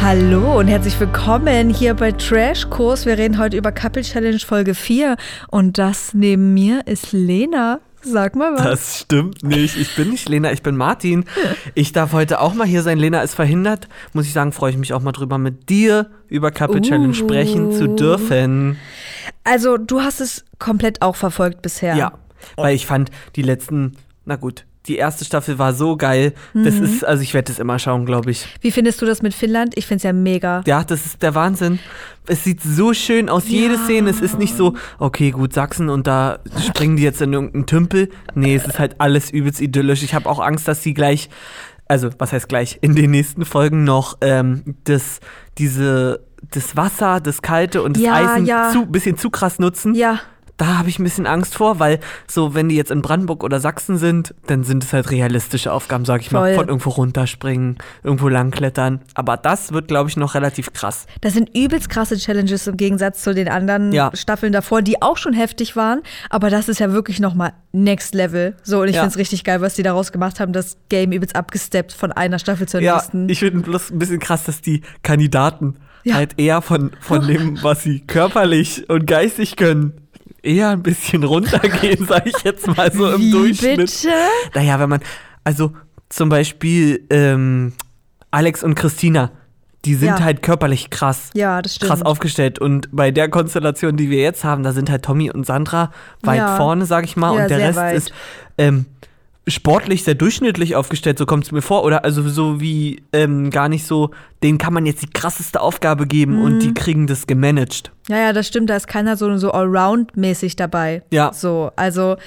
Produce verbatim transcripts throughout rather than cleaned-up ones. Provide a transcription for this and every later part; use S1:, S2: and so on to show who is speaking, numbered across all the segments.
S1: Hallo und herzlich willkommen hier bei Trashkurs. Wir reden heute über Couple Challenge Folge vier und das neben mir ist Lena. Sag mal was.
S2: Das stimmt nicht. Ich bin nicht Lena, ich bin Martin. Ich darf heute auch mal hier sein. Lena ist verhindert. Muss ich sagen, freue ich mich auch mal drüber, mit dir über Couple uh. Challenge sprechen zu dürfen.
S1: Also du hast es komplett auch verfolgt bisher.
S2: Ja, weil ich fand die letzten, na gut, die erste Staffel war so geil. Das mhm. ist, also ich werde das immer schauen, glaube ich.
S1: Wie findest du das mit Finnland? Ich finde es ja mega.
S2: Ja, das ist der Wahnsinn. Es sieht so schön aus, ja. Jede Szene. Es ist nicht so, okay, gut, Sachsen und da springen die jetzt in irgendeinen Tümpel. Nee, es ist halt alles übelst idyllisch. Ich habe auch Angst, dass sie gleich, also was heißt gleich, in den nächsten Folgen noch ähm, das, diese, das Wasser, das Kalte und das
S1: ja,
S2: Eisen
S1: ja.
S2: zu, bisschen zu krass nutzen.
S1: Ja.
S2: Da habe ich ein bisschen Angst vor, weil so, wenn die jetzt in Brandenburg oder Sachsen sind, dann sind es halt realistische Aufgaben, sag ich
S1: Voll.
S2: mal, von irgendwo runterspringen, irgendwo langklettern. Aber das wird, glaube ich, noch relativ krass.
S1: Das sind übelst krasse Challenges im Gegensatz zu den anderen ja. Staffeln davor, die auch schon heftig waren. Aber das ist ja wirklich nochmal Next Level. So, und ich ja. finde es richtig geil, was die daraus gemacht haben, das Game übelst abgesteppt von einer Staffel zur
S2: ja,
S1: nächsten.
S2: Ich finde bloß ein bisschen krass, dass die Kandidaten ja. halt eher von, von
S1: oh.
S2: dem, was sie körperlich und geistig können, eher ein bisschen runtergehen, sage ich jetzt mal so im
S1: Wie,
S2: Durchschnitt.
S1: Bitte?
S2: Naja, wenn man, also zum Beispiel ähm, Alex und Christina, die sind ja. halt körperlich krass,
S1: ja, das stimmt.
S2: krass aufgestellt. Und bei der Konstellation, die wir jetzt haben, da sind halt Tommy und Sandra weit
S1: ja.
S2: vorne, sag ich mal.
S1: Ja,
S2: und der Rest
S1: weit.
S2: ist ähm, sportlich sehr durchschnittlich aufgestellt, so kommt es mir vor. Oder also so wie ähm, gar nicht so, denen kann man jetzt die krasseste Aufgabe geben mhm. und die kriegen das gemanagt.
S1: Ja, ja, das stimmt, da ist keiner so, so allround-mäßig dabei.
S2: Ja.
S1: So, also,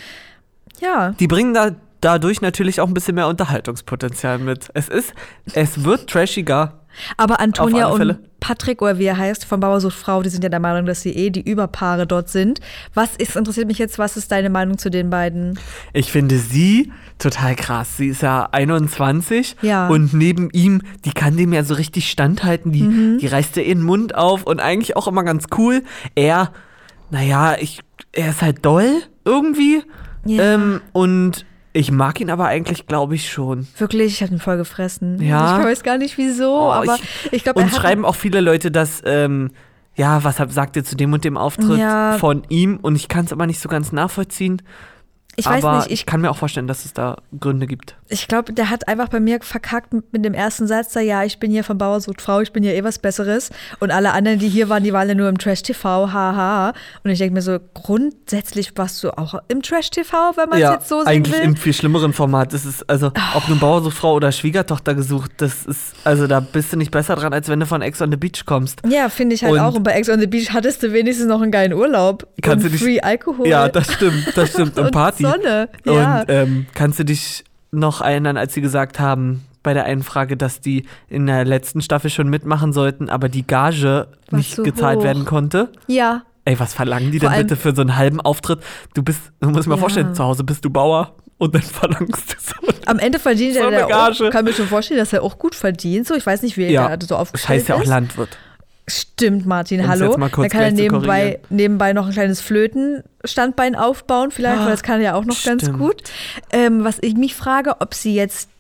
S1: ja.
S2: Die bringen da dadurch natürlich auch ein bisschen mehr Unterhaltungspotenzial mit. Es ist, es wird trashiger.
S1: Aber Antonia und Patrick, oder wie er heißt, von Bauersucht Frau, die sind ja der Meinung, dass sie eh die Überpaare dort sind. Was ist, interessiert mich jetzt, was ist deine Meinung zu den beiden?
S2: Ich finde sie total krass. Sie ist ja einundzwanzig
S1: ja.
S2: und neben ihm, die kann dem ja so richtig standhalten. Die,
S1: mhm.
S2: die reißt ja ihren Mund auf und eigentlich auch immer ganz cool. Er, naja, ich, er ist halt doll irgendwie.
S1: Ja.
S2: Ähm, und ich mag ihn aber eigentlich, glaube ich, schon.
S1: Wirklich? Ich habe ihn voll gefressen.
S2: Ja.
S1: Ich weiß gar nicht, wieso,
S2: oh,
S1: aber
S2: ich,
S1: ich glaube,
S2: Und schreiben auch viele Leute, dass, ähm, ja, was sagt ihr zu dem und dem Auftritt
S1: ja.
S2: von ihm? Und ich kann es aber nicht so ganz nachvollziehen.
S1: Ich weiß
S2: aber
S1: nicht, ich,
S2: ich kann mir auch vorstellen, dass es da Gründe gibt.
S1: Ich glaube, der hat einfach bei mir verkackt mit, mit dem ersten Satz da, ja, ich bin hier von Bauersucht Frau, ich bin hier eh was Besseres. Und alle anderen, die hier waren, die waren ja nur im Trash-T V, haha. Und ich denke mir so, grundsätzlich warst du auch im Trash-T V, wenn man es
S2: ja,
S1: jetzt so sehen
S2: eigentlich
S1: will.
S2: im viel schlimmeren Format. Das ist also,
S1: oh.
S2: ob nun Bauersucht Frau oder Schwiegertochter gesucht, das ist, also da bist du nicht besser dran, als wenn du von Ex on the Beach kommst.
S1: Ja, finde ich halt
S2: und
S1: auch. Und bei Ex on the Beach hattest du wenigstens noch einen geilen Urlaub.
S2: Kannst
S1: und
S2: du dich,
S1: Free Alkohol.
S2: Ja, das stimmt, das stimmt. Und, und Party.
S1: Sonne, ja.
S2: Und ähm, kannst du dich noch erinnern, als sie gesagt haben, bei der einen Frage, dass die in der letzten Staffel schon mitmachen sollten, aber die Gage
S1: war
S2: nicht
S1: so
S2: gezahlt
S1: hoch.
S2: werden konnte?
S1: Ja.
S2: Ey, was verlangen die
S1: Vor
S2: denn bitte für so einen halben Auftritt? Du bist, du musst dir mal
S1: ja.
S2: vorstellen, zu Hause bist du Bauer und dann verlangst du so.
S1: Am Ende verdient
S2: so
S1: er
S2: eine Gage.
S1: auch, kann mir schon vorstellen, dass er auch gut verdient. So, ich weiß nicht, wie
S2: ja.
S1: er so aufgestellt
S2: Das heißt ja auch
S1: ist.
S2: Landwirt.
S1: Stimmt, Martin,
S2: Um's
S1: hallo.
S2: jetzt mal kurz
S1: Dann kann er
S2: gleich zu
S1: nebenbei, nebenbei noch ein kleines Flötenstandbein aufbauen, vielleicht,
S2: Ah,
S1: weil das kann er ja auch noch
S2: stimmt.
S1: ganz gut. Ähm, was ich mich frage, ob sie jetzt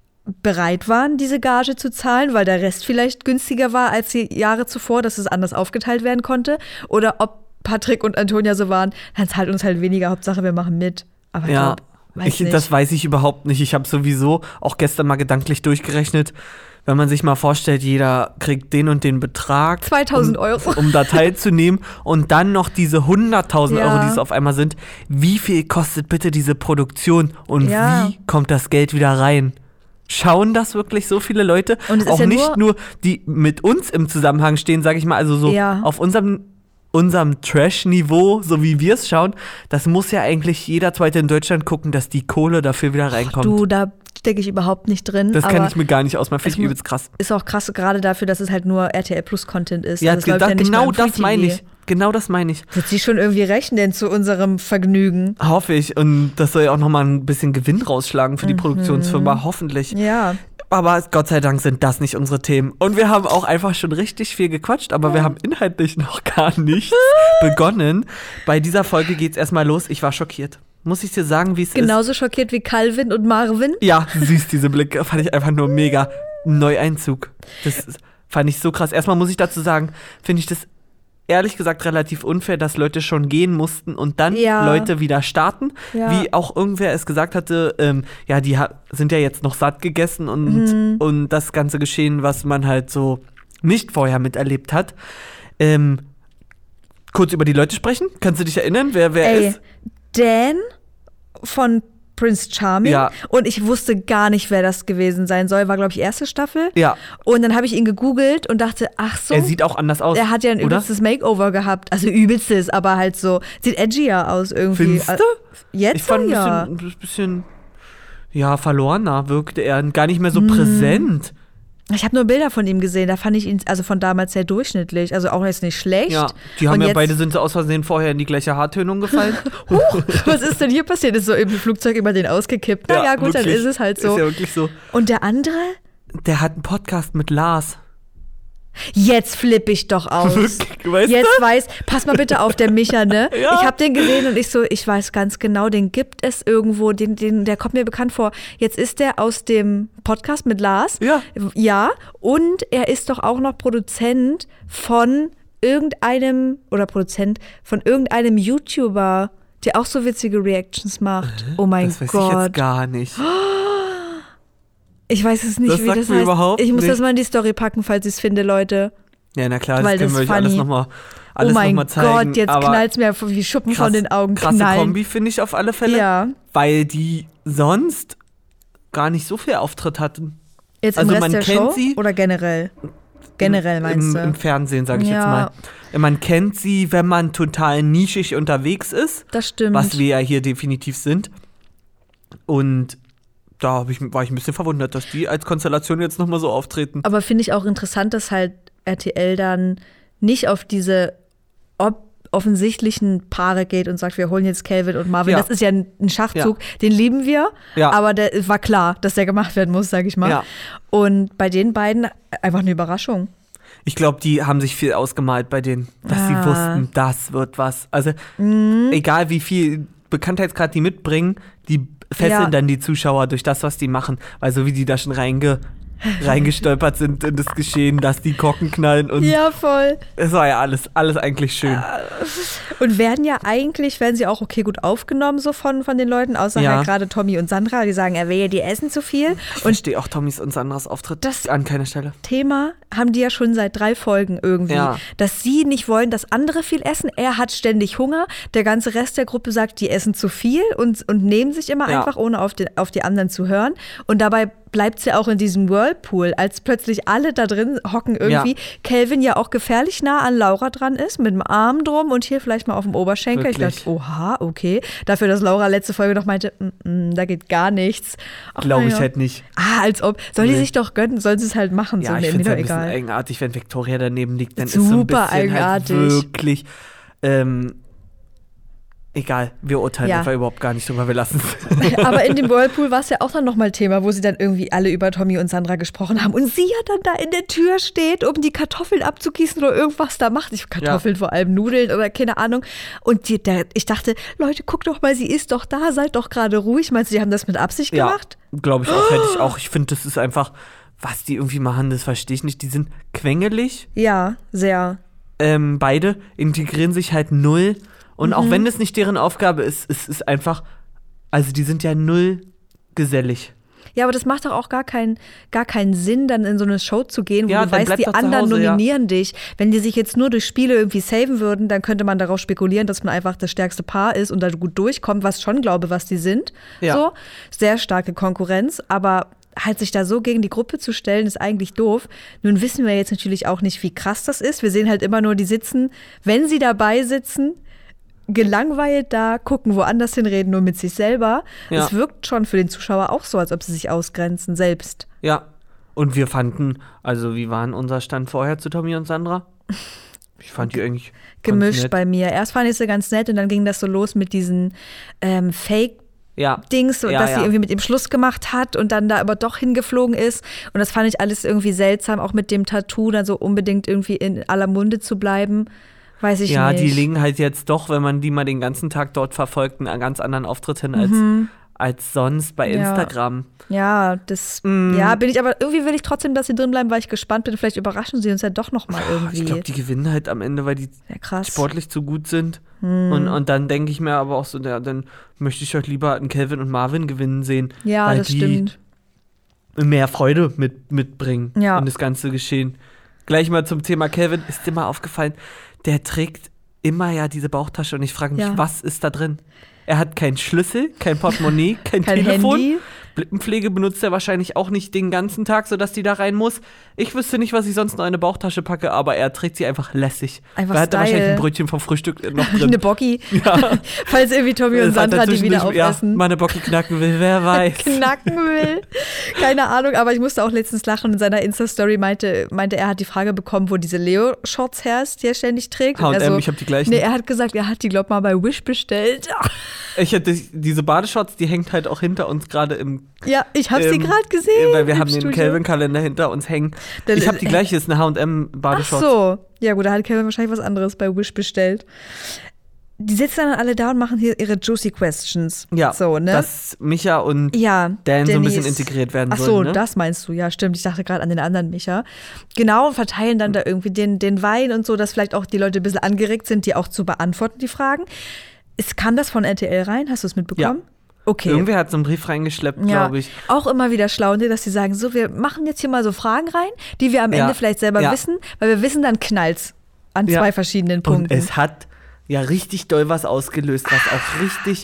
S1: bereit waren, diese Gage zu zahlen, weil der Rest vielleicht günstiger war als die Jahre zuvor, dass es anders aufgeteilt werden konnte. Oder ob Patrick und Antonia so waren, dann zahlt uns halt weniger, Hauptsache wir machen mit. Aber
S2: ja,
S1: glaub, weiß
S2: ich,
S1: nicht.
S2: das weiß ich überhaupt nicht. Ich habe sowieso auch gestern mal gedanklich durchgerechnet, wenn man sich mal vorstellt, jeder kriegt den und den Betrag.
S1: zweitausend
S2: um,
S1: Euro.
S2: Um da teilzunehmen und dann noch diese hunderttausend
S1: ja.
S2: Euro, die es auf einmal sind. Wie viel kostet bitte diese Produktion und
S1: ja.
S2: wie kommt das Geld wieder rein? Schauen das wirklich so viele Leute?
S1: Und es
S2: auch
S1: ist ja
S2: nicht
S1: nur,
S2: nur, die mit uns im Zusammenhang stehen, sage ich mal, also so
S1: ja.
S2: auf unserem unserem Trash-Niveau, so wie wir es schauen, das muss ja eigentlich jeder Zweite in Deutschland gucken, dass die Kohle dafür wieder reinkommt.
S1: Du, da stecke ich überhaupt nicht drin.
S2: Das
S1: aber
S2: kann ich mir gar nicht ausmachen, finde ich übelst krass.
S1: Ist auch krass, gerade dafür, dass es halt nur R T L Plus Content ist.
S2: Ja,
S1: also
S2: das,
S1: ja nicht
S2: genau das meine ich. Genau das meine ich.
S1: Wird sie schon irgendwie rechnen zu unserem Vergnügen?
S2: Hoffe ich. Und das soll ja auch nochmal ein bisschen Gewinn rausschlagen für die
S1: mhm.
S2: Produktionsfirma, hoffentlich.
S1: Ja.
S2: Aber Gott sei Dank sind das nicht unsere Themen. Und wir haben auch einfach schon richtig viel gequatscht, aber wir haben inhaltlich noch gar nichts begonnen. Bei dieser Folge geht's erstmal los. Ich war schockiert. Muss ich dir sagen, wie es ist?
S1: Genauso schockiert wie Calvin und Marvin?
S2: Ja, du siehst diese Blicke, fand ich einfach nur mega. Neueinzug. Das ist, Fand ich so krass. Erstmal muss ich dazu sagen, finde ich das ehrlich gesagt relativ unfair, dass Leute schon gehen mussten und dann
S1: Ja.
S2: Leute wieder starten.
S1: Ja.
S2: Wie auch irgendwer es gesagt hatte, ähm, ja, die ha- sind ja jetzt noch satt gegessen und,
S1: Mhm.
S2: und das ganze Geschehen, was man halt so nicht vorher miterlebt hat. Ähm, kurz über die Leute sprechen. Kannst du dich erinnern, wer wer
S1: Ey,
S2: ist?
S1: Dan von Prince Charming.
S2: Ja.
S1: Und ich wusste gar nicht, wer das gewesen sein soll. War, glaube ich, erste Staffel.
S2: Ja,
S1: Und dann habe ich ihn gegoogelt und dachte, ach so.
S2: er sieht auch anders aus.
S1: Er hat ja ein
S2: oder?
S1: übelstes Makeover gehabt. Also übelstes, aber halt so. Sieht edgier aus irgendwie.
S2: Findest du?
S1: Jetzt
S2: Ich fand ein
S1: ja.
S2: bisschen, ein bisschen, ja, verlorener wirkte er. Gar nicht mehr so
S1: Hm.
S2: präsent.
S1: Ich habe nur Bilder von ihm gesehen. Da fand ich ihn, also von damals sehr durchschnittlich. Also auch jetzt nicht schlecht.
S2: Ja, die haben
S1: Und
S2: ja
S1: jetzt-
S2: beide, sind so aus Versehen vorher in die gleiche Haartönung gefallen.
S1: Huch, was ist denn hier passiert? Ist so im Flugzeug über den ausgekippt. Na ja, gut, dann
S2: wirklich.
S1: ist es halt so.
S2: Ist ja wirklich so.
S1: Und der andere?
S2: Der hat einen Podcast mit Lars.
S1: Jetzt flippe ich doch aus.
S2: Wirklich, weißt
S1: Jetzt
S2: du?
S1: weiß, pass mal bitte auf, der Micha, ne?
S2: Ja.
S1: Ich habe den gesehen und ich so, ich weiß ganz genau, den gibt es irgendwo, den, den, der kommt mir bekannt vor. Jetzt ist der aus dem Podcast mit Lars.
S2: Ja.
S1: Ja, und er ist doch auch noch Produzent von irgendeinem, oder Produzent von irgendeinem YouTuber, der auch so witzige Reactions macht. Oh mein
S2: Das weiß ich jetzt
S1: Gott.
S2: gar nicht.
S1: Ich weiß es nicht,
S2: Das
S1: wie
S2: sagt
S1: das
S2: mir
S1: heißt.
S2: überhaupt
S1: Ich muss
S2: nicht.
S1: das mal in die Story packen, falls ich es finde, Leute.
S2: Ja, na klar,
S1: Weil
S2: das können
S1: das
S2: wir euch alles
S1: funny.
S2: nochmal alles
S1: Oh mein
S2: noch mal zeigen.
S1: Gott, jetzt
S2: aber
S1: knallt's mir wie Schuppen
S2: krass,
S1: von den Augen.
S2: Krasse
S1: knallen.
S2: Kombi, finde ich auf alle Fälle.
S1: Ja.
S2: Weil die sonst gar nicht so viel Auftritt hatten.
S1: Jetzt
S2: Also
S1: im Rest
S2: man
S1: der
S2: kennt
S1: Show
S2: sie.
S1: oder generell? Generell meinst
S2: Im,
S1: du?
S2: Im Fernsehen, sage ich
S1: Ja.
S2: jetzt mal. Man kennt sie, wenn man total nischig unterwegs ist.
S1: Das stimmt.
S2: Was wir ja hier definitiv sind. Und da hab ich, war ich ein bisschen verwundert, dass die als Konstellation jetzt nochmal so auftreten.
S1: Aber finde ich auch interessant, dass halt R T L dann nicht auf diese ob offensichtlichen Paare geht und sagt, wir holen jetzt Calvin und Marvin.
S2: Ja.
S1: Das ist ja ein ein Schachzug, den lieben wir,
S2: Ja.
S1: aber der war klar, dass der gemacht werden muss, sage ich mal.
S2: Ja.
S1: Und bei den beiden einfach eine Überraschung.
S2: Ich glaube, die haben sich viel ausgemalt bei denen, dass
S1: Ah.
S2: sie wussten, das wird was. Also
S1: Mhm.
S2: egal wie viel Bekanntheitsgrad die mitbringen, die fesseln
S1: Ja.
S2: dann die Zuschauer durch das, was die machen. Weil so wie die da schon reinge reingestolpert sind in das Geschehen, dass die Korken knallen und
S1: Ja, voll.
S2: es war ja alles, alles eigentlich schön.
S1: Und werden ja eigentlich, werden sie auch okay gut aufgenommen so von, von den Leuten, außer
S2: Ja.
S1: halt gerade Tommy und Sandra, die sagen, er wehe, die essen zu viel.
S2: Ich
S1: Und
S2: verstehe auch Tommys und Sandras Auftritt
S1: Das-
S2: an keiner Stelle.
S1: Thema haben die ja schon seit drei Folgen irgendwie,
S2: Ja.
S1: dass sie nicht wollen, dass andere viel essen. Er hat ständig Hunger. Der ganze Rest der Gruppe sagt, die essen zu viel und, und nehmen sich immer
S2: Ja.
S1: einfach, ohne auf, den, auf die anderen zu hören. Und dabei bleibt sie auch in diesem Whirlpool, als plötzlich alle da drin hocken irgendwie.
S2: Ja.
S1: Calvin ja auch gefährlich nah an Laura dran ist, mit dem Arm drum und hier vielleicht mal auf dem Oberschenkel. Ich
S2: Wirklich.
S1: dachte, oha, okay. Dafür, dass Laura letzte Folge noch meinte, mm, mm, da geht gar nichts. Ach,
S2: Glaube ich
S1: naja.
S2: halt nicht.
S1: Ah, als ob. Soll die
S2: Nee.
S1: sich doch gönnen, soll sie es halt machen.
S2: Ja,
S1: so,
S2: ich
S1: nee,
S2: finde
S1: mir
S2: es
S1: doch
S2: ein bisschen
S1: egal.
S2: eigenartig, wenn Victoria daneben liegt, dann ist so ein
S1: Super
S2: bisschen
S1: eigenartig.
S2: halt wirklich ähm, egal, wir urteilen
S1: Ja.
S2: einfach überhaupt gar nicht drüber, wir lassen es.
S1: Aber in dem Whirlpool war es ja auch dann nochmal Thema, wo sie dann irgendwie alle über Tommy und Sandra gesprochen haben. Und sie ja dann da in der Tür steht, um die Kartoffeln abzugießen oder irgendwas da macht. Ich Kartoffeln, vor allem Nudeln oder keine Ahnung. Und die, der, ich dachte, Leute, guckt doch mal, sie ist doch da, seid doch gerade ruhig. Meinst du, die haben das mit Absicht
S2: Ja,
S1: gemacht?
S2: glaube ich auch, hätte ich auch. Ich finde, das ist einfach, was die irgendwie machen, das verstehe ich nicht. Die sind quengelig,
S1: Ja, sehr.
S2: ähm, beide, integrieren sich halt null. Und
S1: Mhm.
S2: auch wenn das nicht deren Aufgabe ist, es ist einfach, also die sind ja null gesellig.
S1: Ja, aber das macht doch auch gar keinen gar keinen Sinn, dann in so eine Show zu gehen, wo
S2: Ja,
S1: du
S2: dann
S1: weißt,
S2: bleib
S1: die
S2: doch zu
S1: anderen
S2: Hause, ja.
S1: nominieren dich. Wenn die sich jetzt nur durch Spiele irgendwie saven würden, dann könnte man darauf spekulieren, dass man einfach das stärkste Paar ist und da gut durchkommt, was schon glaube, was die sind.
S2: Ja.
S1: So, sehr starke Konkurrenz, aber halt sich da so gegen die Gruppe zu stellen, ist eigentlich doof. Nun wissen wir jetzt natürlich auch nicht, wie krass das ist. Wir sehen halt immer nur, die sitzen, wenn sie dabei sitzen, gelangweilt da, gucken woanders hin, reden nur mit sich selber.
S2: Ja.
S1: Es wirkt schon für den Zuschauer auch so, als ob sie sich ausgrenzen selbst.
S2: Ja. Und wir fanden, also wie war denn unser Stand vorher zu Tommy und Sandra? Ich fand die eigentlich ganz
S1: Gemischt
S2: nett.
S1: bei mir. Erst fand ich sie ganz nett und dann ging das so los mit diesen ähm, Fake-Dings,
S2: Ja. Ja,
S1: dass
S2: ja.
S1: sie irgendwie mit ihm Schluss gemacht hat und dann da aber doch hingeflogen ist. Und das fand ich alles irgendwie seltsam, auch mit dem Tattoo, dann so unbedingt irgendwie in aller Munde zu bleiben. Weiß ich
S2: Ja,
S1: nicht.
S2: die legen halt jetzt doch, wenn man die mal den ganzen Tag dort verfolgt, einen ganz anderen Auftritt hin als,
S1: Mhm.
S2: als sonst bei
S1: Ja.
S2: Instagram.
S1: Ja, das,
S2: Mm.
S1: ja, bin ich, aber irgendwie will ich trotzdem, dass sie drin bleiben, weil ich gespannt bin. Vielleicht überraschen sie uns ja doch nochmal irgendwie.
S2: Ich glaube, die gewinnen halt am Ende, weil die
S1: ja, krass.
S2: sportlich zu gut sind.
S1: Hm.
S2: Und, und dann denke ich mir aber auch so, ja, dann möchte ich euch lieber einen Calvin und Marvin gewinnen sehen,
S1: Ja,
S2: weil
S1: das
S2: die
S1: stimmt.
S2: mehr Freude mit, mitbringen
S1: Ja.
S2: in das ganze Geschehen. Gleich mal zum Thema Calvin, ist dir mal aufgefallen, der trägt immer ja diese Bauchtasche und ich frage mich,
S1: Ja.
S2: was ist da drin? Er hat keinen Schlüssel, kein Portemonnaie, kein,
S1: Kein
S2: Telefon.
S1: Handy.
S2: Lippenpflege benutzt er wahrscheinlich auch nicht den ganzen Tag, sodass die da rein muss. Ich wüsste nicht, was ich sonst noch in eine Bauchtasche packe, aber er trägt sie einfach lässig.
S1: Einfach
S2: Da hat er
S1: Style.
S2: wahrscheinlich ein Brötchen vom Frühstück noch drin.
S1: Eine Bocki.
S2: Ja.
S1: Falls irgendwie Tommy und
S2: Das hat er
S1: Sandra die wieder
S2: zwischendurch-
S1: aufessen.
S2: Ja, mal eine Bocki knacken will, wer weiß.
S1: Knacken will. Keine Ahnung, aber ich musste auch letztens lachen. In seiner Insta-Story meinte, meinte er, hat die Frage bekommen, wo diese Leo-Shorts her ist, die er ständig trägt.
S2: H und
S1: Und er
S2: M,
S1: so,
S2: ich habe die gleichen.
S1: Nee, er hat gesagt, er hat die, glaub mal, bei Wish bestellt.
S2: Ich hätte diese Badeshorts, die hängt halt auch hinter uns gerade im.
S1: Ja, ich habe sie
S2: ähm,
S1: gerade gesehen.
S2: Weil wir
S1: im
S2: haben den
S1: Studio.
S2: Calvin-Kalender hinter uns hängen.
S1: Dann-
S2: Ich habe die gleiche, ist eine H und
S1: Ach
S2: M-Badeshorts.
S1: so. Ja gut, da hat Calvin wahrscheinlich was anderes bei Wish bestellt. Die sitzen dann alle da und machen hier ihre Juicy Questions.
S2: Ja,
S1: so, ne?
S2: dass Micha und
S1: ja,
S2: Dan so ein bisschen
S1: Denise.
S2: integriert werden
S1: Ach so,
S2: sollen. Ne?
S1: das meinst du. Ja, stimmt. Ich dachte gerade an den anderen Micha. Genau, verteilen dann da irgendwie den, den Wein und so, dass vielleicht auch die Leute ein bisschen angeregt sind, die auch zu beantworten, die Fragen. Es kam das von R T L rein? Hast du es mitbekommen?
S2: Ja.
S1: Okay.
S2: Irgendwer hat so einen Brief reingeschleppt,
S1: Ja,
S2: glaube ich.
S1: auch immer wieder schlau, ne, dass sie sagen, so, wir machen jetzt hier mal so Fragen rein, die wir am
S2: Ja.
S1: Ende vielleicht selber
S2: Ja.
S1: wissen, weil wir wissen, dann knallt's an
S2: Ja.
S1: zwei verschiedenen
S2: Und
S1: Punkten.
S2: es hat ja richtig doll was ausgelöst, was auch richtig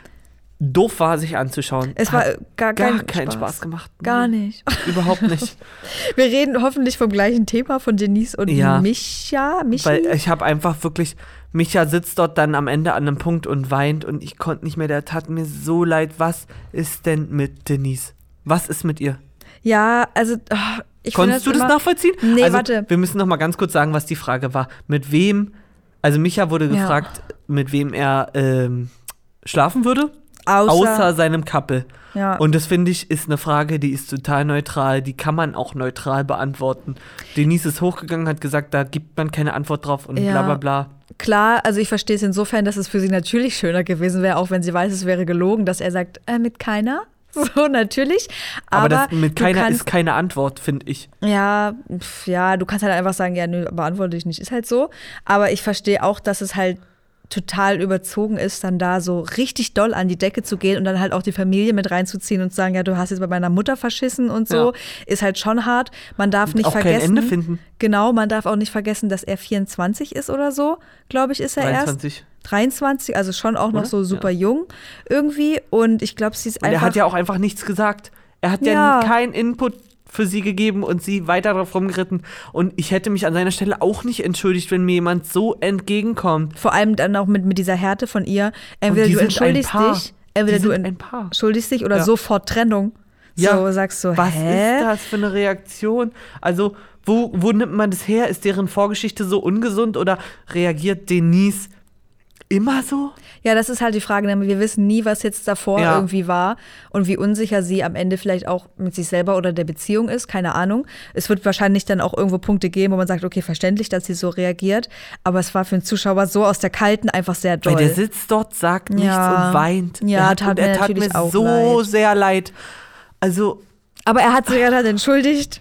S2: doof war, sich anzuschauen.
S1: Es war
S2: Hat
S1: gar,
S2: gar
S1: kein
S2: keinen
S1: Spaß.
S2: Spaß gemacht.
S1: Gar nicht.
S2: Überhaupt nicht.
S1: Wir reden hoffentlich vom gleichen Thema von Denise und
S2: Ja.
S1: Micha. Michi?
S2: Weil ich habe einfach wirklich, Micha sitzt dort dann am Ende an einem Punkt und weint und ich konnte nicht mehr, der tat mir so leid. Was ist denn mit Denise? Was ist mit ihr?
S1: Ja, also oh, ich finde
S2: Konntest du das
S1: immer-
S2: nachvollziehen?
S1: Nee,
S2: also,
S1: warte.
S2: Wir müssen noch mal ganz kurz sagen, was die Frage war. Mit wem, also Micha wurde
S1: Ja.
S2: gefragt, mit wem er ähm, schlafen würde,
S1: Außer,
S2: außer seinem Couple.
S1: ja.
S2: Und das finde ich, ist eine Frage, die ist total neutral, die kann man auch neutral beantworten. Denise ist hochgegangen, hat gesagt, da gibt man keine Antwort drauf und
S1: Ja.
S2: bla bla bla.
S1: Klar, also ich verstehe es insofern, dass es für sie natürlich schöner gewesen wäre, auch wenn sie weiß, es wäre gelogen, dass er sagt, äh, mit keiner. So, natürlich.
S2: Aber,
S1: Aber,
S2: das mit
S1: du
S2: keiner
S1: kannst,
S2: ist keine Antwort, finde ich.
S1: Ja, pf, ja, du kannst halt einfach sagen, ja, nö, beantworte ich nicht, ist halt so. Aber ich verstehe auch, dass es halt total überzogen ist, dann da so richtig doll an die Decke zu gehen und dann halt auch die Familie mit reinzuziehen und zu sagen, ja, du hast jetzt bei meiner Mutter verschissen und so,
S2: Ja.
S1: ist halt schon hart. Man darf nicht
S2: auch
S1: vergessen.
S2: kein Ende finden.
S1: Genau, man darf auch nicht vergessen, dass er vierundzwanzig ist oder so, glaube ich, ist er erst.
S2: dreiundzwanzig.
S1: dreiundzwanzig, also schon auch noch
S2: Oder?
S1: so super
S2: Ja.
S1: jung irgendwie. Und ich glaube, sie ist
S2: Und
S1: einfach.
S2: er hat ja auch einfach nichts gesagt. Er hat ja,
S1: Ja.
S2: keinen Input für sie gegeben und sie weiter drauf rumgeritten. Und ich hätte mich an seiner Stelle auch nicht entschuldigt, wenn mir jemand so entgegenkommt.
S1: vor allem dann auch mit, mit dieser Härte von ihr. Entweder
S2: Und die
S1: du
S2: sind
S1: entschuldigst
S2: ein Paar.
S1: dich, entweder
S2: Die
S1: du
S2: sind
S1: en-
S2: ein Paar.
S1: entschuldigst dich oder
S2: Ja.
S1: sofort Trennung.
S2: Ja.
S1: So sagst du,
S2: Was
S1: hä?
S2: ist das für eine Reaktion? Also, wo, wo nimmt man das her? Ist deren Vorgeschichte so ungesund oder reagiert Denise immer so?
S1: Ja, das ist halt die Frage. denn Wir wissen nie, was jetzt davor
S2: Ja.
S1: irgendwie war und wie unsicher sie am Ende vielleicht auch mit sich selber oder der Beziehung ist. Keine Ahnung. Es wird wahrscheinlich dann auch irgendwo Punkte geben, wo man sagt, okay, verständlich, dass sie so reagiert. Aber es war für den Zuschauer so aus der Kalten einfach sehr doll.
S2: Weil der sitzt dort, sagt nichts
S1: Ja.
S2: und weint.
S1: Ja,
S2: er hat,
S1: tat
S2: und er
S1: mir
S2: tat
S1: natürlich
S2: mir
S1: auch
S2: so
S1: leid.
S2: sehr leid. Also,
S1: Aber er hat sich ja dann entschuldigt.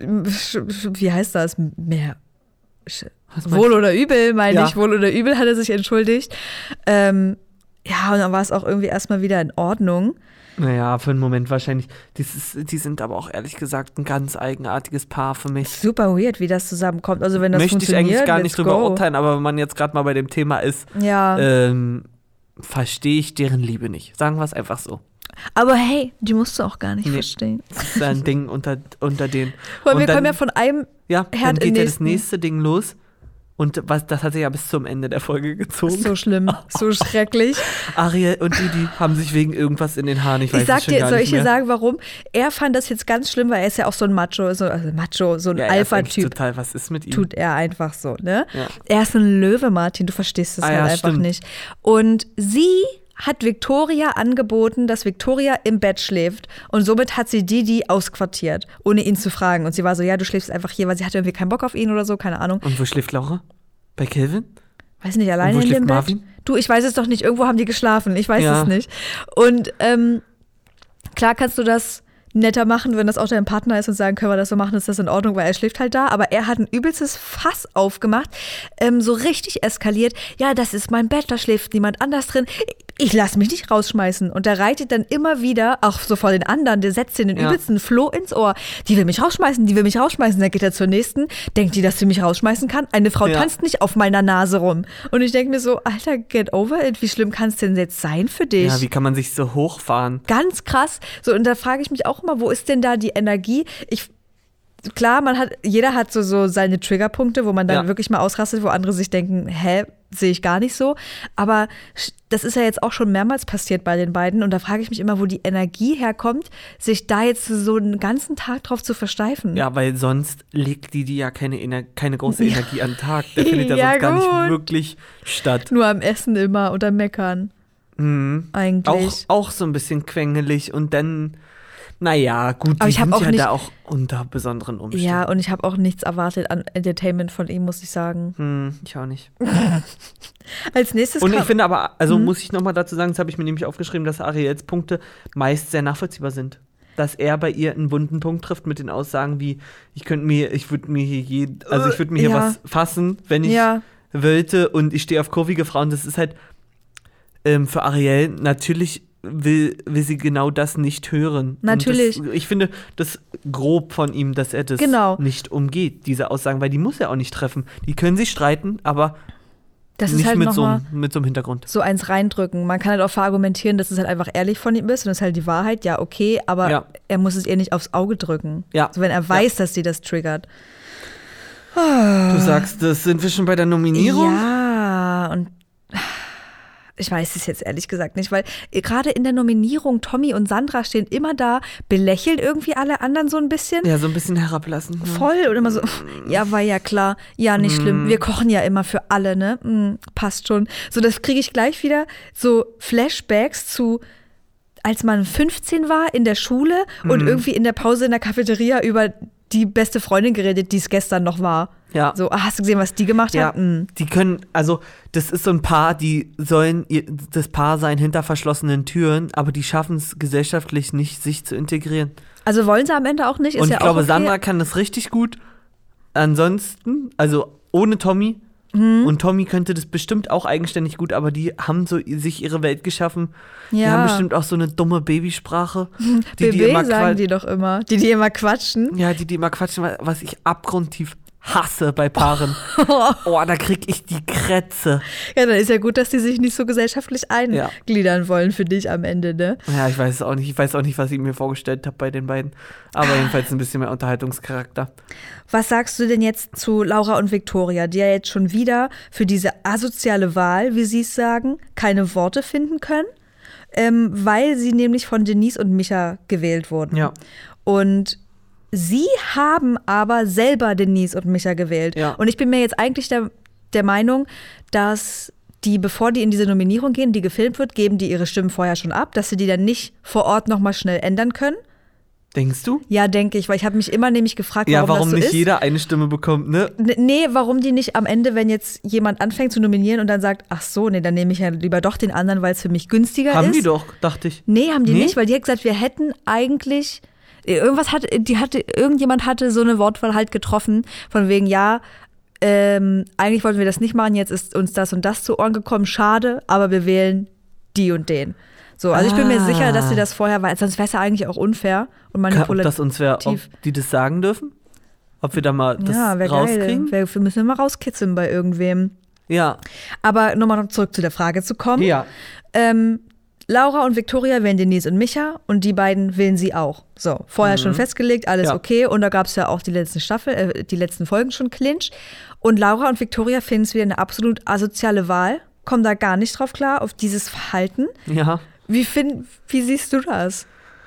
S1: Wie heißt das? Mehr.
S2: was meinst
S1: Wohl oder übel, meine
S2: Ja.
S1: ich. Wohl oder übel hat er sich entschuldigt. Ähm, ja, und dann war es auch irgendwie erstmal wieder in Ordnung.
S2: Naja, für einen Moment wahrscheinlich. Das ist, die sind aber auch ehrlich gesagt ein ganz eigenartiges Paar für mich.
S1: Super weird, wie das zusammenkommt. Also wenn das
S2: Möchte ich
S1: funktioniert,
S2: eigentlich gar nicht
S1: let's
S2: drüber
S1: go.
S2: urteilen, aber wenn man jetzt gerade mal bei dem Thema ist,
S1: Ja,
S2: ähm, verstehe ich deren Liebe nicht. Sagen wir es einfach so.
S1: aber hey, die musst du auch gar nicht
S2: Nee.
S1: verstehen.
S2: Das ist ein Ding unter, unter denen.
S1: Weil
S2: Und
S1: wir
S2: dann-
S1: kommen ja von einem,
S2: Ja, dann
S1: Herd im
S2: geht ja das
S1: nächsten.
S2: nächste Ding los. Und was, das hat sich ja bis zum Ende der Folge gezogen.
S1: so schlimm, so schrecklich.
S2: Ariel und Didi haben sich wegen irgendwas in den Haaren, ich weiß
S1: Ich sag
S2: es schon
S1: dir,
S2: gar
S1: soll
S2: nicht
S1: ich dir
S2: mehr.
S1: sagen, warum? Er fand das jetzt ganz schlimm, weil er ist ja auch so ein Macho, so, also Macho, so ein
S2: Ja, er ist eigentlich
S1: Alpha-Typ.
S2: total, was ist mit ihm?
S1: Tut er einfach so, ne?
S2: Ja.
S1: Er ist ein Löwe, Martin, du verstehst es
S2: Ah
S1: halt
S2: ja,
S1: einfach
S2: stimmt.
S1: nicht. Und sie hat Victoria angeboten, dass Victoria im Bett schläft und somit hat sie Didi ausquartiert, ohne ihn zu fragen. Und sie war so, ja, du schläfst einfach hier, weil sie hatte irgendwie keinen Bock auf ihn oder so, keine Ahnung.
S2: Und wo schläft Laura? Bei Calvin?
S1: Weiß nicht, alleine
S2: wo
S1: in
S2: schläft
S1: dem
S2: Marvin?
S1: Bett? Du, ich weiß es doch nicht, irgendwo haben die geschlafen, ich weiß
S2: Ja.
S1: es nicht. Und ähm, klar kannst du das netter machen, wenn das auch dein Partner ist und sagen, können wir das so machen, ist das in Ordnung, weil er schläft halt da. Aber er hat ein übelstes Fass aufgemacht, ähm, so richtig eskaliert. Ja, das ist mein Bett, da schläft niemand anders drin. Ich lasse mich nicht rausschmeißen. Und der reitet dann immer wieder, auch so vor den anderen, der setzt den
S2: Ja.
S1: übelsten Floh ins Ohr. Die will mich rausschmeißen, die will mich rausschmeißen. Dann geht er zur nächsten, denkt die, dass sie mich rausschmeißen kann. Eine Frau
S2: Ja.
S1: tanzt nicht auf meiner Nase rum. Und ich denke mir so, Alter, get over it. Wie schlimm kann es denn jetzt sein für dich?
S2: Ja, wie kann man sich so hochfahren?
S1: Ganz krass. So, und da frage ich mich auch immer, wo ist denn da die Energie? Ich, klar, man hat, jeder hat so, so seine Triggerpunkte, wo man dann
S2: Ja.
S1: wirklich mal ausrastet, wo andere sich denken, hä, sehe ich gar nicht so. Aber das ist ja jetzt auch schon mehrmals passiert bei den beiden. Und da frage ich mich immer, wo die Energie herkommt, sich da jetzt so einen ganzen Tag drauf zu versteifen.
S2: Ja, weil sonst legt die, die ja keine, Ener- keine große
S1: Ja.
S2: Energie an den Tag. Der findet ja,
S1: Ja,
S2: sonst gar
S1: gut.
S2: nicht wirklich statt.
S1: Nur am Essen immer oder meckern.
S2: Mhm. Auch,
S1: Eigentlich.
S2: auch so ein bisschen quengelig und dann, naja, gut,
S1: Aber
S2: die
S1: ich hab
S2: sind
S1: auch
S2: ja
S1: nicht-
S2: da auch unter besonderen Umständen.
S1: Ja, und ich habe auch nichts erwartet an Entertainment von ihm, muss ich sagen.
S2: Hm, ich auch nicht.
S1: Als nächstes
S2: Und ich
S1: kam-
S2: finde aber, also
S1: Mhm.
S2: muss ich nochmal dazu sagen, das habe ich mir nämlich aufgeschrieben, dass Ariels Punkte meist sehr nachvollziehbar sind. Dass er bei ihr einen wunden Punkt trifft mit den Aussagen wie, ich könnte mir, ich würde mir hier je, also ich würde mir hier
S1: Ja.
S2: was fassen, wenn ich
S1: Ja.
S2: wollte und ich stehe auf kurvige Frauen. Das ist halt ähm, für Ariel natürlich will, will sie genau das nicht hören.
S1: Natürlich.
S2: Und das, ich finde das grob von ihm, dass er das
S1: Genau.
S2: nicht umgeht, diese Aussagen, weil die muss er auch nicht treffen. Die können sich streiten, aber
S1: Das ist
S2: nicht
S1: halt
S2: mit, so,
S1: nochmal
S2: einem- mit so einem Hintergrund.
S1: so eins reindrücken. Man kann halt auch verargumentieren, dass es halt einfach ehrlich von ihm ist und das ist halt die Wahrheit. Ja, okay, aber
S2: Ja.
S1: er muss es ihr nicht aufs Auge drücken.
S2: Ja.
S1: Also wenn er weiß, dass sie das triggert.
S2: Du sagst, das sind wir schon bei der Nominierung?
S1: Ja, und ich weiß es jetzt ehrlich gesagt nicht, weil gerade in der Nominierung Tommy und Sandra stehen immer da, belächeln irgendwie alle anderen so ein bisschen.
S2: Ja, so ein bisschen herablassen. Hm.
S1: Voll und immer so, ja, war ja klar, ja, nicht schlimm, wir kochen ja immer für alle, ne? Mm, passt schon. So, das kriege ich gleich wieder so Flashbacks zu, als man fünfzehn war in der Schule und irgendwie in der Pause in der Cafeteria über die beste Freundin geredet, die es gestern noch war.
S2: Ja.
S1: So, ah, hast du gesehen, was die gemacht
S2: Ja,
S1: hat? Mm.
S2: die können, also das ist so ein Paar, die sollen ihr, das Paar sein hinter verschlossenen Türen, aber die schaffen es gesellschaftlich nicht, sich zu integrieren.
S1: Also wollen sie am Ende auch nicht, ist
S2: Und
S1: ja
S2: ich glaube,
S1: auch okay.
S2: Sandra kann das richtig gut. Ansonsten, also ohne Tommy,
S1: Mhm.
S2: und Tommy könnte das bestimmt auch eigenständig gut, aber die haben so sich ihre Welt geschaffen. Die
S1: Ja.
S2: haben bestimmt auch so eine dumme Babysprache. Die,
S1: B
S2: die
S1: B
S2: immer
S1: sagen
S2: qua-
S1: die doch immer, die die immer quatschen.
S2: Ja, die, die immer quatschen, was ich abgrundtief hasse bei Paaren. Oh, da krieg ich die Krätze.
S1: Ja, dann ist ja gut, dass die sich nicht so gesellschaftlich
S2: Ja.
S1: eingliedern wollen für dich am Ende, ne?
S2: Ja, ich weiß es auch nicht. Ich weiß auch nicht, was ich mir vorgestellt habe bei den beiden. Aber jedenfalls ein bisschen mehr Unterhaltungscharakter.
S1: Was sagst du denn jetzt zu Laura und Viktoria, die ja jetzt schon wieder für diese asoziale Wahl, wie sie es sagen, keine Worte finden können, ähm, weil sie nämlich von Denise und Micha gewählt wurden.
S2: Ja.
S1: Und sie haben aber selber Denise und Micha gewählt.
S2: Ja.
S1: Und ich bin mir jetzt eigentlich der, der Meinung, dass die, bevor die in diese Nominierung gehen, die gefilmt wird, geben die ihre Stimmen vorher schon ab, dass sie die dann nicht vor Ort nochmal schnell ändern können.
S2: Denkst du?
S1: Ja, denke ich, weil ich habe mich immer nämlich gefragt,
S2: Ja,
S1: warum,
S2: warum
S1: das so
S2: nicht
S1: ist.
S2: jeder eine Stimme bekommt, ne?
S1: N- Nee, warum die nicht am Ende, wenn jetzt jemand anfängt zu nominieren und dann sagt, ach so, nee, dann nehme ich ja lieber doch den anderen, weil es für mich günstiger
S2: Haben
S1: ist.
S2: die doch, dachte ich.
S1: Nee, haben die
S2: Nee?
S1: nicht, weil die hat gesagt, wir hätten eigentlich, irgendwas hatte, die hatte, irgendjemand hatte so eine Wortwahl halt getroffen, von wegen, ja, ähm, eigentlich wollten wir das nicht machen, jetzt ist uns das und das zu Ohren gekommen, schade, aber wir wählen die und den. So, also ich bin mir
S2: Ah.
S1: sicher, dass sie das vorher, weil sonst wäre es ja eigentlich auch unfair und
S2: Ob
S1: manipulativ.
S2: das uns wäre, ob die das sagen dürfen? Ob wir da mal das
S1: Ja, wäre
S2: rauskriegen?
S1: geil. Wir müssen mal rauskitzeln bei irgendwem.
S2: Ja.
S1: Aber nochmal noch zurück zu der Frage zu kommen.
S2: Ja.
S1: Ähm, Laura und Viktoria wählen Denise und Micha und die beiden wählen sie auch. So, vorher schon festgelegt, alles
S2: Ja.
S1: okay. Und da gab es ja auch die letzten Staffel, äh, die letzten Folgen schon Clinch. Und Laura und Viktoria finden es wieder eine absolut asoziale Wahl, kommen da gar nicht drauf klar, auf dieses Verhalten.
S2: Ja.
S1: Wie, find, wie siehst du das?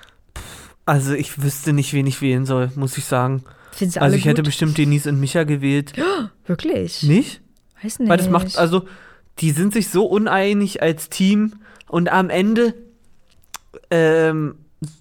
S2: Also ich wüsste nicht, wen ich wählen soll, muss ich sagen.
S1: Findest du
S2: Also
S1: alle
S2: ich hätte
S1: gut?
S2: bestimmt Denise und Micha gewählt.
S1: Wirklich?
S2: Nicht?
S1: Weiß nicht.
S2: Weil das macht, also die sind sich so uneinig als Team und am Ende ähm,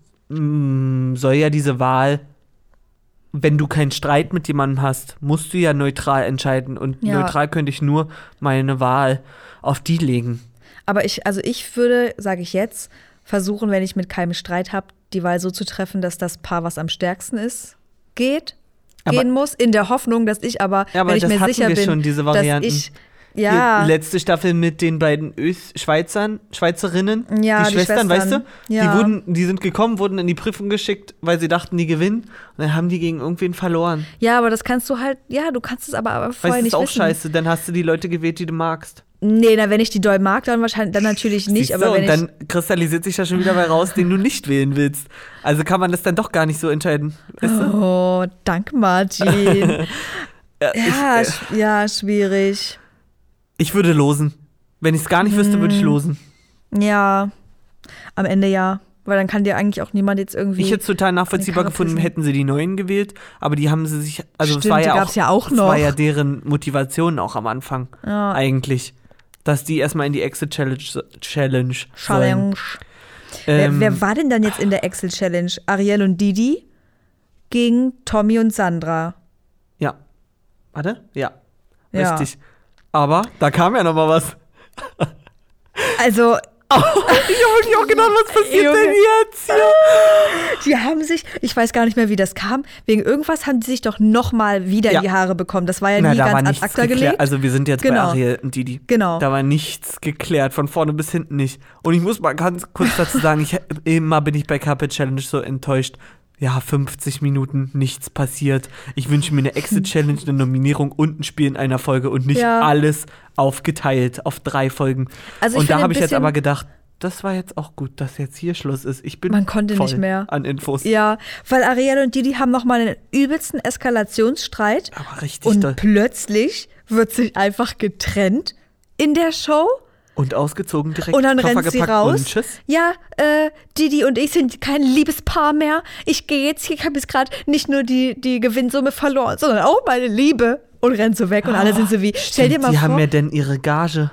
S2: mh, soll ja diese Wahl, wenn du keinen Streit mit jemandem hast, musst du ja neutral entscheiden und
S1: Ja.
S2: neutral könnte ich nur meine Wahl auf die legen.
S1: Aber ich, also ich würde, sage ich jetzt, versuchen, wenn ich mit keinem Streit habe, die Wahl so zu treffen, dass das Paar, was am stärksten ist, geht, aber, gehen muss, in der Hoffnung, dass ich aber,
S2: ja, aber
S1: wenn ich
S2: das
S1: mir
S2: hatten
S1: sicher
S2: wir
S1: bin,
S2: schon, diese
S1: dass
S2: Varianten.
S1: ich ja.
S2: Die letzte Staffel mit den beiden Ös Schweizern, Schweizerinnen,
S1: ja,
S2: die,
S1: die
S2: Schwestern,
S1: Schwestern,
S2: weißt du?
S1: Ja.
S2: Die, wurden, die sind gekommen, wurden in die Prüfung geschickt, weil sie dachten, die gewinnen. Und dann haben die gegen irgendwen verloren.
S1: Ja, aber das kannst du halt, ja, du kannst es aber, aber vorher
S2: weißt,
S1: nicht
S2: ist auch
S1: wissen.
S2: scheiße, dann hast du die Leute gewählt, die du magst.
S1: Nee, na, wenn ich die doll mag, dann wahrscheinlich, dann natürlich nicht.
S2: Siehst
S1: aber
S2: du,
S1: wenn
S2: und dann ich kristallisiert sich ja schon wieder mal raus, den du nicht wählen willst. Also kann man das dann doch gar nicht so entscheiden. Weißt du?
S1: Oh, danke, Martin.
S2: ja,
S1: ja,
S2: ich,
S1: sch- ja, schwierig.
S2: Ich würde losen. Wenn ich es gar nicht
S1: hm.
S2: wüsste, würde ich losen.
S1: Ja, am Ende ja. Weil dann kann dir eigentlich auch niemand jetzt irgendwie.
S2: Ich hätte es total nachvollziehbar
S1: Karre
S2: gefunden,
S1: pissen.
S2: hätten sie die Neuen gewählt. Aber die haben sie sich, also
S1: Stimmt,
S2: es war
S1: die
S2: ja
S1: gab's
S2: auch,
S1: ja auch
S2: es
S1: noch.
S2: war ja deren Motivation auch am Anfang.
S1: Ja.
S2: Eigentlich. Dass die erstmal in die Exit-Challenge Challenge
S1: Challenge.
S2: Ähm,
S1: wer, wer war denn dann jetzt in der Excel-Challenge? Ariel und Didi gegen Tommy und Sandra.
S2: Ja. Warte? Ja.
S1: Ja.
S2: Richtig. Aber da kam ja noch mal was.
S1: Also,
S2: Oh, ich habe wirklich auch gedacht, was passiert
S1: Junge.
S2: denn jetzt? Ja.
S1: die haben sich, ich weiß gar nicht mehr, wie das kam, wegen irgendwas haben die sich doch noch mal wieder
S2: Ja.
S1: die Haare bekommen. Das war ja
S2: Na,
S1: nie
S2: da war
S1: ganz ad
S2: nichts
S1: acta
S2: geklärt.
S1: gelegt.
S2: Also wir sind jetzt bei
S1: Genau.
S2: Ariel und Didi.
S1: Genau.
S2: Da war nichts geklärt, von vorne bis hinten nicht. Und ich muss mal ganz kurz dazu sagen, ich, immer bin ich bei Carpet Challenge so enttäuscht. Ja, fünfzig Minuten, nichts passiert. Ich wünsche mir eine Exit-Challenge, eine Nominierung und ein Spiel in einer Folge und nicht
S1: Ja.
S2: alles aufgeteilt auf drei Folgen.
S1: Also ich
S2: und da
S1: finde
S2: habe ich
S1: ein
S2: jetzt
S1: bisschen-
S2: aber gedacht, das war jetzt auch gut, dass jetzt hier Schluss ist. Ich bin
S1: Man konnte
S2: voll
S1: nicht mehr.
S2: an Infos.
S1: Ja, weil Ariel und Didi haben noch mal einen übelsten Eskalationsstreit.
S2: Aber richtig
S1: Und
S2: doll.
S1: plötzlich wird sich einfach getrennt in der Show.
S2: Und ausgezogen direkt.
S1: Und dann
S2: Koffer
S1: rennt sie
S2: gepackt
S1: raus.
S2: Und tschüss.
S1: Ja, äh, Didi und ich sind kein Liebespaar mehr. Ich gehe jetzt hier, ich habe jetzt gerade nicht nur die, die Gewinnsumme verloren, sondern auch meine Liebe. Und rennt so weg und alle sind so wie, stell dir mal
S2: Die
S1: vor.
S2: haben ja denn ihre Gage.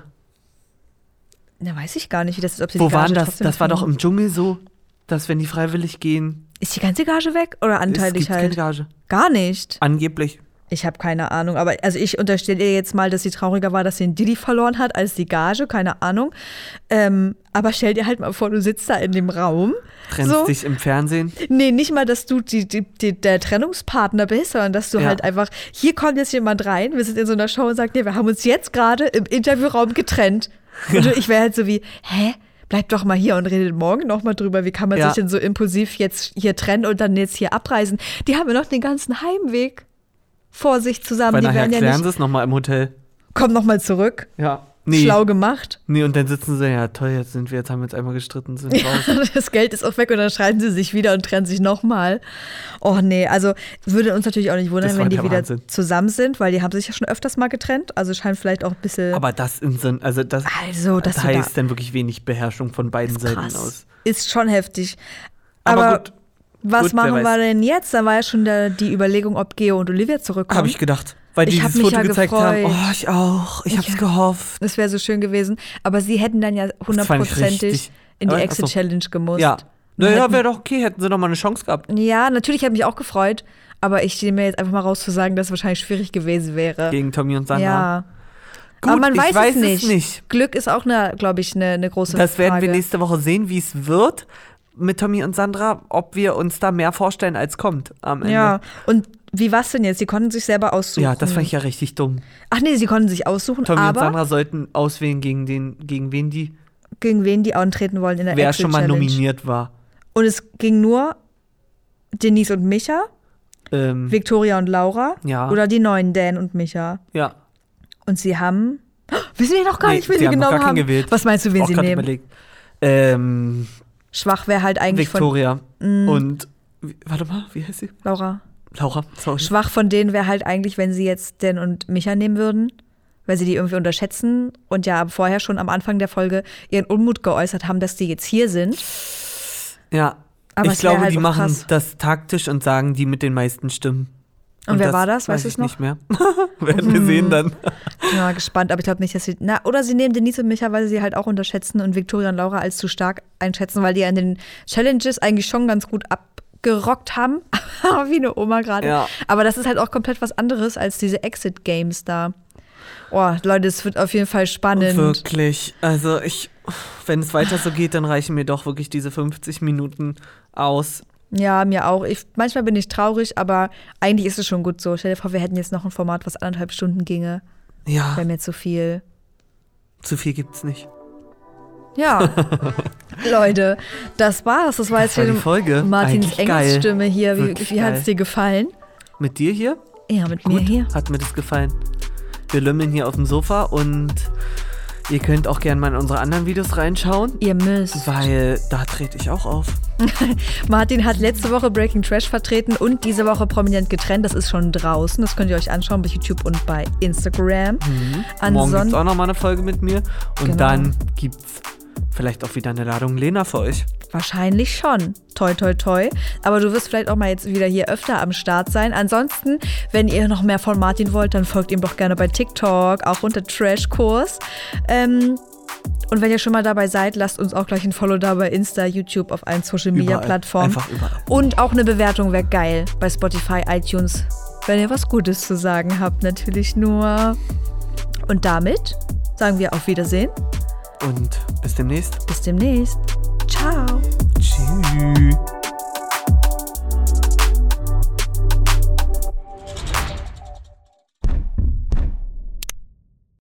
S1: Na, weiß ich gar nicht, wie das ist, ob sie
S2: Wo
S1: die Gage
S2: waren das?
S1: trotzdem
S2: Das war doch
S1: kriegen.
S2: im Dschungel so, dass wenn die freiwillig gehen,
S1: Ist die ganze Gage weg oder
S2: es
S1: anteilig
S2: gibt keine
S1: halt?
S2: Gage.
S1: Gar nicht.
S2: Angeblich.
S1: Ich habe keine Ahnung, aber also ich unterstelle ihr jetzt mal, dass sie trauriger war, dass sie den Didi verloren hat, als die Gage, keine Ahnung. Ähm, aber stell dir halt mal vor, du sitzt da in dem Raum.
S2: Trennst
S1: so.
S2: dich im Fernsehen.
S1: Nee, nicht mal, dass du die, die, die, der Trennungspartner bist, sondern dass du
S2: Ja.
S1: halt einfach, hier kommt jetzt jemand rein, wir sind in so einer Show und sagt, nee, wir haben uns jetzt gerade im Interviewraum getrennt. Und ich wäre halt so wie, hä? Bleib doch mal hier und redet morgen noch mal drüber. Wie kann man
S2: Ja.
S1: sich denn so impulsiv jetzt hier trennen und dann jetzt hier abreisen? Die haben ja noch den ganzen Heimweg vor sich zusammen.
S2: Weil
S1: Die
S2: nachher
S1: werden ja
S2: klären
S1: nicht,
S2: sie es nochmal im Hotel.
S1: komm noch mal zurück.
S2: Ja. Nee.
S1: Schlau gemacht.
S2: Nee, und dann sitzen sie, ja toll, jetzt sind wir, jetzt haben wir jetzt einmal gestritten, sind raus.
S1: Das Geld ist auch weg und dann streiten sie sich wieder und trennen sich nochmal. Oh nee, also würde uns natürlich auch nicht wundern,
S2: Das war
S1: wenn die
S2: der
S1: wieder
S2: Wahnsinn.
S1: zusammen sind, weil die haben sich ja schon öfters mal getrennt. Also scheint vielleicht auch ein bisschen.
S2: Aber das in so, also das,
S1: Also, dass
S2: das
S1: du da-
S2: heißt dann wirklich wenig Beherrschung von beiden Seiten
S1: krass.
S2: aus.
S1: Ist schon heftig.
S2: Aber,
S1: Aber,
S2: gut,
S1: was
S2: gut, wer
S1: machen wir
S2: weiß.
S1: denn jetzt? Da war ja schon der, die Überlegung, ob Geo und Olivia zurückkommen.
S2: habe ich gedacht. Weil die
S1: Ich hab
S2: dieses
S1: mich
S2: Foto
S1: ja
S2: gezeigt
S1: gefreut.
S2: haben. Oh, ich auch. Ich hab's
S1: Ja.
S2: gehofft.
S1: Das wäre so schön gewesen. Aber sie hätten dann ja
S2: fand ich
S1: hundertprozentig
S2: richtig.
S1: in die
S2: Aber-
S1: Exit-Challenge gemusst.
S2: Ja.
S1: Wir
S2: Naja,
S1: hätten-
S2: wäre doch okay, hätten sie noch mal eine Chance gehabt.
S1: Ja, natürlich hätte mich auch gefreut. Aber ich stehe mir jetzt einfach mal raus zu sagen, dass es wahrscheinlich schwierig gewesen wäre.
S2: Gegen Tommy und Sandra.
S1: Ja.
S2: Gut,
S1: aber man
S2: ich
S1: weiß,
S2: weiß
S1: es, nicht.
S2: es nicht.
S1: Glück ist auch, eine, glaube ich, eine, eine große
S2: Das werden
S1: Frage.
S2: wir nächste Woche sehen, wie es wird mit Tommy und Sandra, ob wir uns da mehr vorstellen, als kommt am Ende.
S1: Ja, und wie war's denn jetzt? Sie konnten sich selber aussuchen.
S2: Ja, das fand ich ja richtig dumm.
S1: Ach nee, sie konnten sich aussuchen,
S2: Tommy und
S1: aber
S2: Sandra sollten auswählen, gegen, den, gegen wen die,
S1: gegen wen die antreten wollen in der
S2: wer schon mal
S1: Exit-Challenge.
S2: nominiert war.
S1: Und es ging nur Denise und Micha,
S2: Ähm,
S1: Victoria und Laura
S2: Ja.
S1: oder die neuen Dan und Micha.
S2: ja.
S1: Und sie haben, oh, wissen wir noch gar
S2: Nee,
S1: nicht, wen
S2: sie
S1: sie
S2: haben noch
S1: genommen
S2: gar
S1: haben.
S2: keinen gewählt.
S1: Was meinst du, wen
S2: Auch
S1: sie
S2: grad
S1: nehmen?
S2: überlegt. Ähm,
S1: Schwach wäre halt eigentlich
S2: Victoria
S1: Mm.
S2: und, wie- warte mal, wie heißt sie?
S1: von Laura.
S2: Laura, sorry.
S1: Schwach von denen wäre halt eigentlich, wenn sie jetzt Dan und Micha nehmen würden, weil sie die irgendwie unterschätzen und ja vorher schon am Anfang der Folge ihren Unmut geäußert haben, dass die jetzt hier sind.
S2: Ja,
S1: Aber
S2: ich
S1: es wär
S2: glaube,
S1: halt
S2: die
S1: auch
S2: machen
S1: krass.
S2: das taktisch und sagen die mit den meisten Stimmen.
S1: Und wer war das?
S2: Weiß
S1: Weißt du
S2: ich
S1: es noch?
S2: nicht mehr. Werden wir sehen dann.
S1: Ich bin mal gespannt, aber ich glaube nicht, dass sie. Na, oder sie nehmen Denise und Micha, weil sie halt auch unterschätzen und Victoria und Laura als zu stark einschätzen, weil die ja in den Challenges eigentlich schon ganz gut abgerockt haben. Wie eine Oma gerade.
S2: Ja.
S1: Aber das ist halt auch komplett was anderes als diese Exit-Games da. Oh, Leute, es wird auf jeden Fall spannend.
S2: Wirklich. Also ich, wenn es weiter so geht, dann reichen mir doch wirklich diese fünfzig Minuten aus.
S1: Ja, mir auch. Ich, manchmal bin ich traurig, aber eigentlich ist es schon gut so. Stell dir vor, wir hätten jetzt noch ein Format, was anderthalb Stunden ginge.
S2: Ja.
S1: Wäre mir zu viel.
S2: Zu viel gibt's nicht.
S1: Ja, Leute, das war's. Das war
S2: Das
S1: jetzt
S2: war die
S1: wieder
S2: Folge.
S1: Martins
S2: Eigentlich geil.
S1: Engelsstimme hier. Wie,
S2: Wirklich
S1: wie hat's
S2: geil.
S1: dir gefallen?
S2: Mit dir hier?
S1: Ja, mit
S2: Gut,
S1: mir hier.
S2: hat mir das gefallen. Wir lümmeln hier auf dem Sofa und ihr könnt auch gerne mal in unsere anderen Videos reinschauen,
S1: Ihr müsst.
S2: weil da trete ich auch auf.
S1: Martin hat letzte Woche Breaking Trash vertreten und diese Woche prominent getrennt. Das ist schon draußen. Das könnt ihr euch anschauen bei YouTube und bei Instagram.
S2: Mhm.
S1: Anson-
S2: Morgen gibt's auch noch mal eine Folge mit mir und
S1: Genau.
S2: dann gibt's vielleicht auch wieder eine Ladung Lena für euch.
S1: Wahrscheinlich schon. Toi, toi, toi. Aber du wirst vielleicht auch mal jetzt wieder hier öfter am Start sein. Ansonsten, wenn ihr noch mehr von Martin wollt, dann folgt ihm doch gerne bei TikTok, auch unter Trashkurs. Ähm, und wenn ihr schon mal dabei seid, lasst uns auch gleich ein Follow da bei Insta, YouTube, auf allen Social-Media-Plattformen.
S2: Einfach überall.
S1: Und auch eine Bewertung wäre geil bei Spotify, iTunes, wenn ihr was Gutes zu sagen habt, natürlich nur. Und damit sagen wir auf Wiedersehen.
S2: Und bis demnächst.
S1: Bis demnächst. Ciao.
S2: Tschüss.